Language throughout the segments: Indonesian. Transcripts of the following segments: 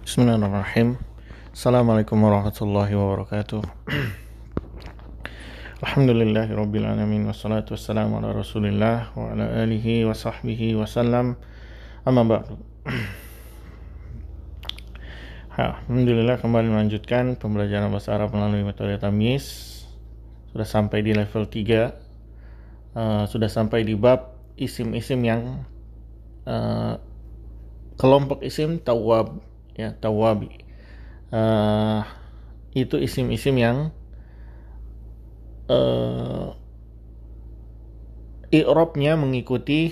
Bismillahirrahmanirrahim. Assalamualaikum warahmatullahi wabarakatuh. Alhamdulillahirabbil alamin wassalatu wassalamu ala Rasulillah wa ala alihi wa sahbihi wasallam. Amma ba'du. Alhamdulillah kembali melanjutkan pembelajaran bahasa Arab melalui metode tamyiz. Sudah sampai di level 3. Sudah sampai di bab isim-isim yang kelompok isim tawwab, ya, tawabi. Itu isim-isim yang i'rabnya mengikuti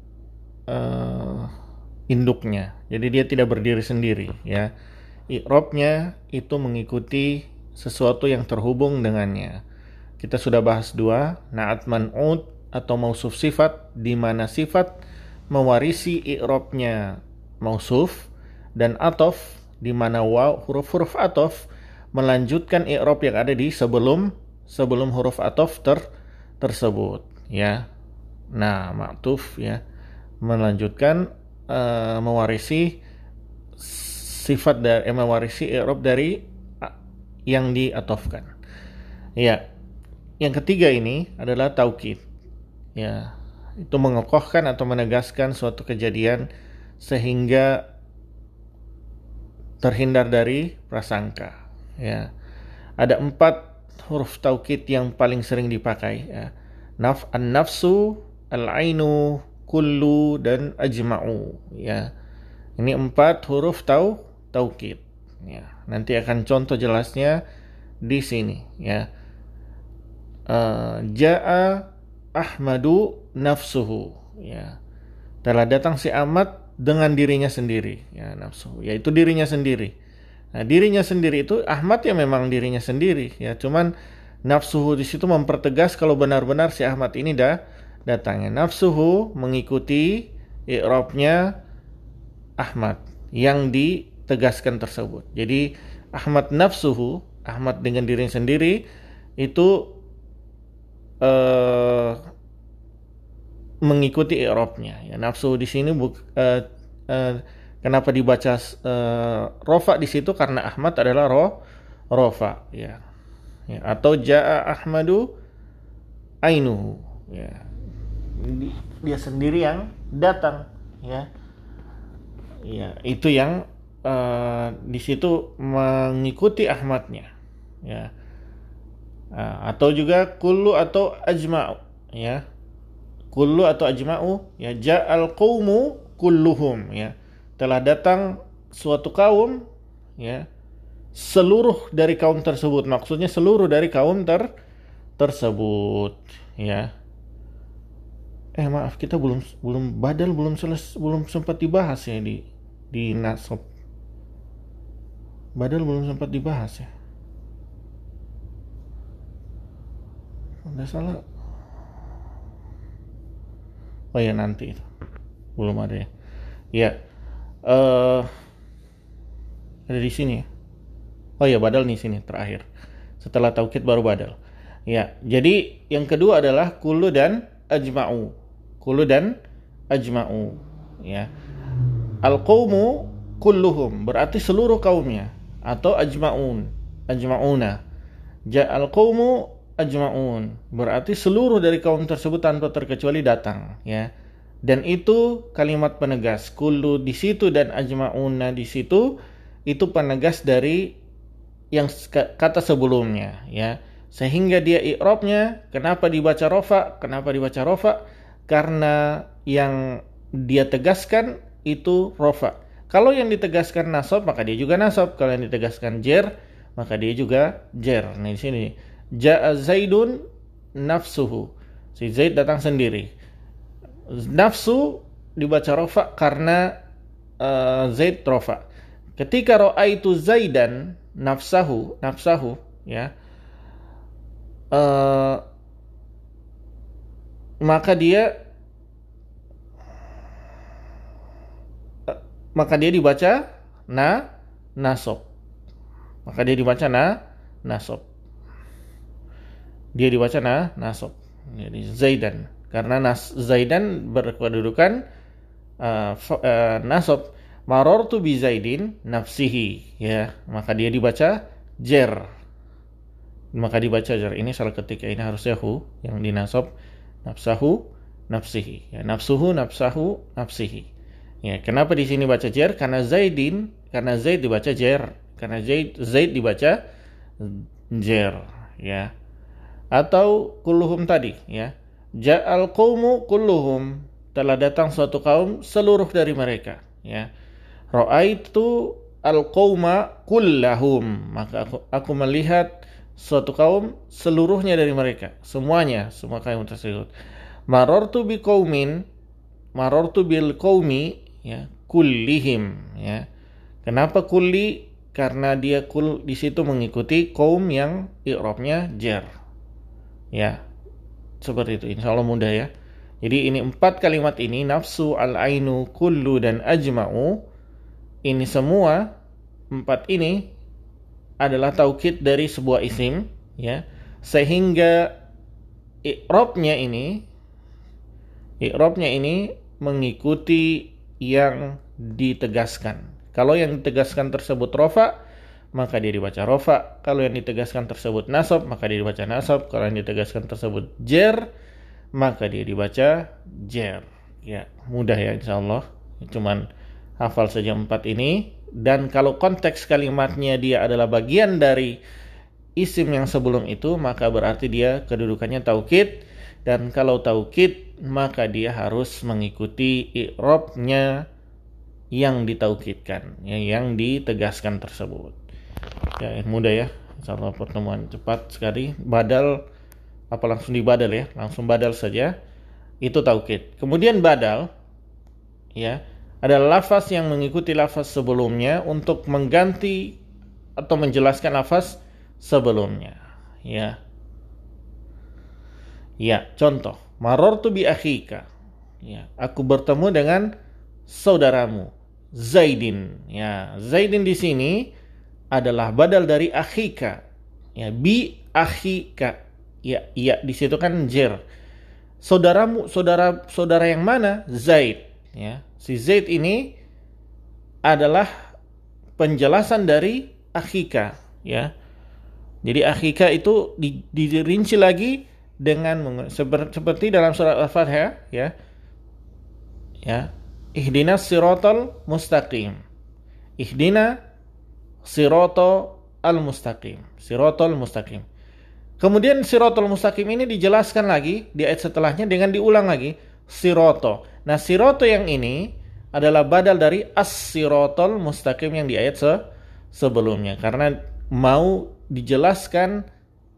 induknya. Jadi dia tidak berdiri sendiri, ya. I'rabnya itu mengikuti sesuatu yang terhubung dengannya. Kita sudah bahas 2, na'at man'ud atau mausuf sifat, di mana sifat mewarisi i'rabnya mausuf, dan atof, di mana waw, huruf-huruf atof melanjutkan i'rab yang ada di sebelum huruf atof tersebut, ya. Nah, ma'tuf, ya, melanjutkan mewarisi sifat dari mewarisi i'rab dari yang diatofkan. Ya. Yang ketiga ini adalah taukid. Ya, itu mengokohkan atau menegaskan suatu kejadian sehingga terhindar dari prasangka, ya. Ada 4 huruf taukid yang paling sering dipakai, ya. An-nafsu, al-ainu, kullu, dan ajma'u, ya. Ini 4 huruf taukid, ya. Nanti akan contoh jelasnya di sini, ya. Ja'a Ahmadu nafsuhu, ya. Telah datang si Ahmad dengan dirinya sendiri, ya, nafsu, yaitu dirinya sendiri. Nah, dirinya sendiri itu Ahmad ya memang dirinya sendiri, ya. Cuman nafsuhu di situ mempertegas kalau benar-benar si Ahmad ini datangnya. Nafsuhu mengikuti i'rabnya Ahmad yang ditegaskan tersebut. Jadi Ahmad nafsuhu, Ahmad dengan dirinya sendiri itu mengikuti i'rabnya, ya. Nafsu di sini kenapa dibaca rofa di situ karena Ahmad adalah rofa, ya. Ya, atau jaa Ahmadu ainuhu, ya. Dia sendiri yang datang, ya. Ya, itu yang di situ mengikuti Ahmadnya, ya. Atau juga kullu atau ajma'u, ya. Kullu atau ajma'u, ya, ja'al qaumu kulluhum, ya. Telah datang suatu kaum, ya. Seluruh dari kaum tersebut, maksudnya seluruh dari kaum tersebut, ya. Maaf, kita belum badal belum sempat dibahas, ya, di nasab. Badal belum sempat dibahas, ya. Udah salah. Oh ya, nanti itu belum ada, ya. Ya, ada di sini, ya. Oh ya, badal nih sini terakhir. Setelah taukid baru badal. Ya, jadi yang kedua adalah kullu dan ajma'u. Kullu dan ajma'u, ya. Al-qaumu kulluhum berarti seluruh kaumnya, atau ajma'una. Ja'al qaumu ajma'un berarti seluruh dari kaum tersebut tanpa terkecuali datang, ya. Dan itu kalimat penegas. Kullu di situ dan ajma'una di situ itu penegas dari yang kata sebelumnya, ya. Sehingga dia i'rabnya kenapa dibaca rofa? Karena yang dia tegaskan itu rofa. Kalau yang ditegaskan nasab maka dia juga nasab. Kalau yang ditegaskan jer maka dia juga jer. Nah, di sini ja'a Zaidun nafsuhu. Si Zaid datang sendiri. Nafsu dibaca rofa karena Zaid rofa. Ketika ra'aitu Zaidan nafsahu, ya, maka dia dibaca nasab. Maka dia dibaca nasab. Dia dibaca nasab. Jadi Zaidan, karena Zaidan berkedudukan nasab. Marartu bi Zaidin nafsihi, ya, maka dia dibaca jer. Maka dibaca jer. Ini salah ketik, ini harusnya hu yang dinasab, nafsahu nafsihi. Ya, nafsuhu nafsahu nafsihi. Ya, kenapa di sini baca jer? Karena Zaid dibaca jer. Karena Zaid dibaca jer, ya. Atau kulluhum tadi, ya. Ja'al qaumu kulluhum, telah datang suatu kaum seluruh dari mereka, ya. Ra'aitu al-qauma kullahum, maka aku melihat suatu kaum seluruhnya dari mereka, semuanya, semua kaum tersebut. Marartu bil qaumi, ya, kullihim, ya. Kenapa kulli? Karena dia kul di situ mengikuti kaum yang i'rabnya jar. Ya. Seperti itu, insyaallah mudah ya. Jadi ini 4 kalimat ini, nafsu, al-ainu, kullu, dan ajma'u. Ini semua 4 ini adalah taukid dari sebuah isim, ya. Sehingga i'rabnya ini mengikuti yang ditegaskan. Kalau yang ditegaskan tersebut rofa, maka dia dibaca rofa. Kalau yang ditegaskan tersebut nasab, maka dia dibaca nasab. Kalau yang ditegaskan tersebut jer, maka dia dibaca jer. Ya, mudah ya insyaallah. Cuman hafal saja 4 ini. Dan kalau konteks kalimatnya dia adalah bagian dari isim yang sebelum itu, maka berarti dia kedudukannya taukid. Dan kalau taukid, maka dia harus mengikuti i'rabnya yang ditaukidkan, ya, yang ditegaskan tersebut. Ya, mudah ya. Insyaallah pertemuan cepat sekali. Badal, apa langsung dibadal ya? Langsung badal saja. Itu taukid. Kemudian badal, ya, adalah lafaz yang mengikuti lafaz sebelumnya untuk mengganti atau menjelaskan lafaz sebelumnya. Ya. Ya, contoh, marartu bi akhika. Ya, aku bertemu dengan saudaramu Zaidin. Ya, Zaidin di sini adalah badal dari akhika. Ya, bi akhika. Ya, di situ kan jer. Saudaramu, saudara yang mana? Zaid. Ya, si Zaid ini adalah penjelasan dari akhika. Ya, jadi akhika itu dirinci lagi dengan seperti dalam surat Al-Fatihah, ya. Ya. Ihdinas siratal mustaqim. Ihdina siratal mustaqim. Siratal mustaqim. Kemudian siratal mustaqim ini dijelaskan lagi di ayat setelahnya dengan diulang lagi sirato. Nah, sirato yang ini adalah badal dari as-siratal mustaqim yang di ayat sebelumnya, karena mau dijelaskan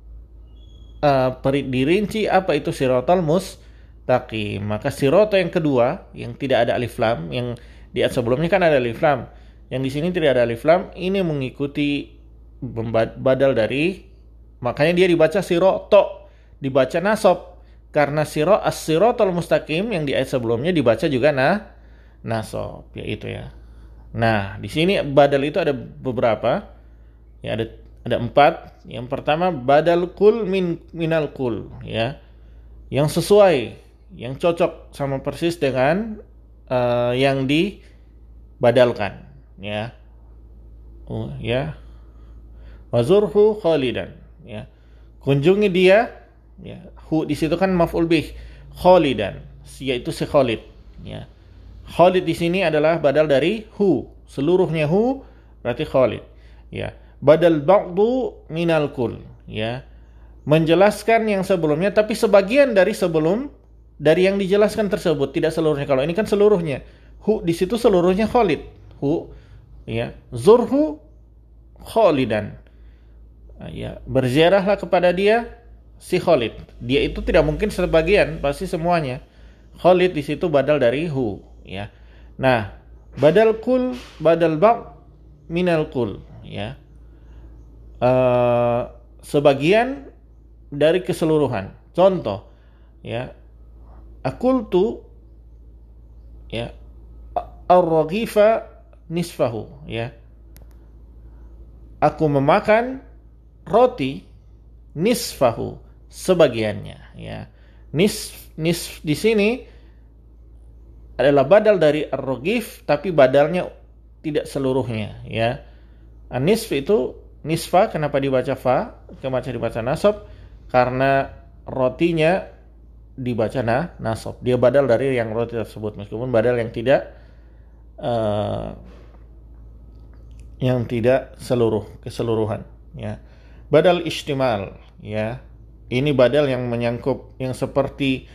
dirinci apa itu siratal mustaqim. Maka sirato yang kedua yang tidak ada alif lam, yang di ayat sebelumnya kan ada alif lam, yang di sini tidak ada alif lam, ini mengikuti badal dari, makanya dia dibaca sirato, dibaca nasab, karena as-siratal mustaqim yang di ayat sebelumnya dibaca juga nasab, yaitu ya. Nah, di sini badal itu ada beberapa, ya, ada 4. Yang pertama badal kul minal kul, ya, yang sesuai, yang cocok sama persis dengan yang dibadalkan, ya. Ya. Wazurhu khalidan, ya. Kunjungi dia, ya. Hu di situ kan maf'ul bih, khalidan, yaitu si Khalid, ya. Khalid di sini adalah badal dari hu, seluruhnya hu berarti Khalid, ya. Badal ba'du minal kul, ya. Menjelaskan yang sebelumnya tapi sebagian dari yang dijelaskan tersebut, tidak seluruhnya. Kalau ini kan seluruhnya. Hu di situ seluruhnya Khalid. Hu, ya. Zurhu khalidan. Ya, berziarahlah kepada dia si Khalid. Dia itu tidak mungkin sebagian, pasti semuanya. Khalid di situ badal dari hu, ya. Nah, badal kul, badal ba'd minal kul, ya. Sebagian dari keseluruhan. Contoh, ya, akultu, ya, ar-raghifa nisfahu, ya. Aku memakan roti nisfahu, sebagiannya, ya. Nisf di sini adalah badal dari ar-raghif, tapi badalnya tidak seluruhnya, ya. An-nisf itu nisfa, kenapa dibaca fa, kenapa dibaca nasab? Karena rotinya dibaca nasab. Dia badal dari yang roti tersebut, meskipun badal yang tidak keseluruhan, ya. Badal istimal, ya. Ini badal yang menyangkup, yang seperti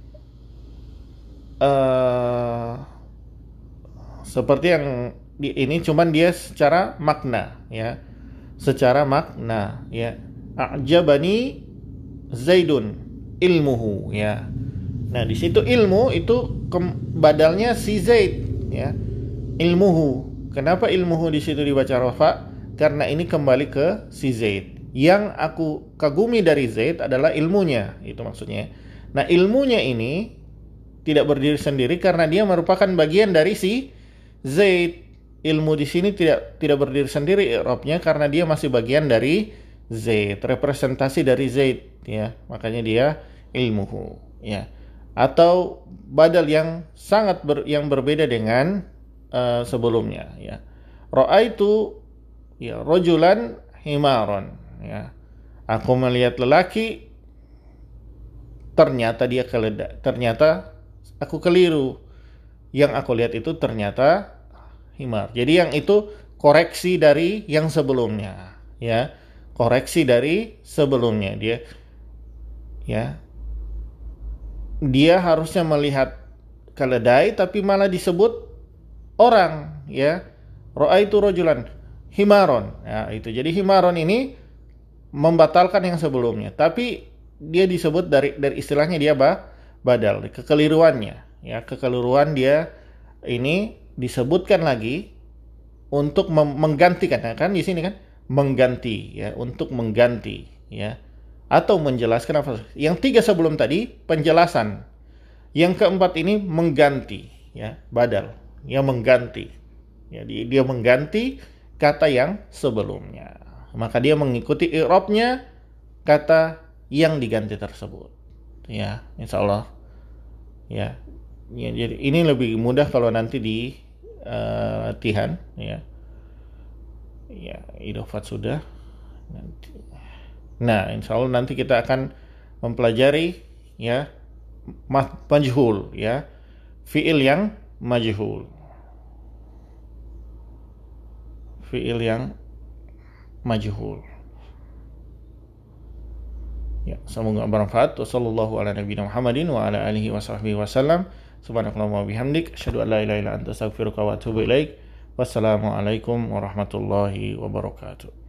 yang ini, cuman dia secara makna, ya. Secara makna, ya. A'jabani Zaidun ilmuhu, ya. Nah, di situ ilmu itu badalnya si Zaid, ya. Ilmuhu. Kenapa ilmuhu di situ dibaca rafa? Karena ini kembali ke si Zaid. Yang aku kagumi dari Zaid adalah ilmunya, itu maksudnya. Nah, ilmunya ini tidak berdiri sendiri karena dia merupakan bagian dari si Zaid. Ilmu di sini tidak berdiri sendiri i'rabnya karena dia masih bagian dari Zaid, representasi dari Zaid, ya. Makanya dia ilmuhu, ya. Atau badal yang sangat yang berbeda dengan sebelumnya, ya. Ra'aitu, ya, rajulan himaron, ya. Aku melihat lelaki, ternyata dia ternyata aku keliru. Yang aku lihat itu ternyata himar. Jadi yang itu koreksi dari yang sebelumnya, ya. Koreksi dari sebelumnya. Dia harusnya melihat keledai tapi malah disebut orang, ya. Ra'aitu rajulan himaron. Ya, itu. Jadi himaron ini membatalkan yang sebelumnya, tapi dia disebut dari istilahnya dia badal, kekeliruannya, ya. Kekeliruan dia ini disebutkan lagi untuk menggantikan, kan di sini kan mengganti, ya, untuk mengganti, ya, atau menjelaskan apa. Yang tiga sebelum tadi penjelasan, yang keempat ini mengganti, ya, badal, yang mengganti, ya, dia mengganti kata yang sebelumnya, maka dia mengikuti i'rabnya kata yang diganti tersebut, ya, insyaallah, ya. Ya, jadi ini lebih mudah kalau nanti di latihan, ya. Ya, idofat sudah. Nanti. Nah, insya Allah nanti kita akan mempelajari, ya, majhul, ya, fiil yang majhul, fiil yang majhul. Ya, semoga bermanfaat. Wassallallahu ala nabiyina Muhammadin wa ala alihi wa sahbihi wasallam. Subhanakallahumma wa bihamdik, asyhadu an la ilaha illa anta, astaghfiruka wa atubu ilaik. Wassalamualaikum warahmatullahi wabarakatuh.